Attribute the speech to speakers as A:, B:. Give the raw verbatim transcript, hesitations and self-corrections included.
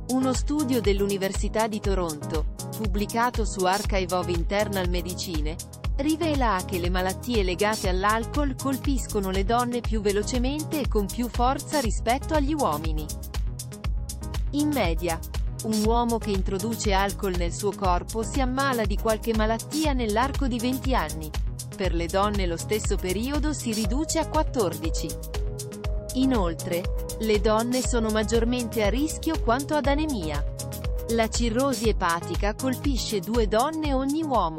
A: Uno studio dell'Università di Toronto, pubblicato su Archive of Internal Medicine, rivela che le malattie legate all'alcol colpiscono le donne più velocemente e con più forza rispetto agli uomini. In media, un uomo che introduce alcol nel suo corpo si ammala di qualche malattia nell'arco di venti anni. Per le donne lo stesso periodo si riduce a quattordici. Inoltre, le donne sono maggiormente a rischio quanto ad anemia. La cirrosi epatica colpisce due donne ogni uomo.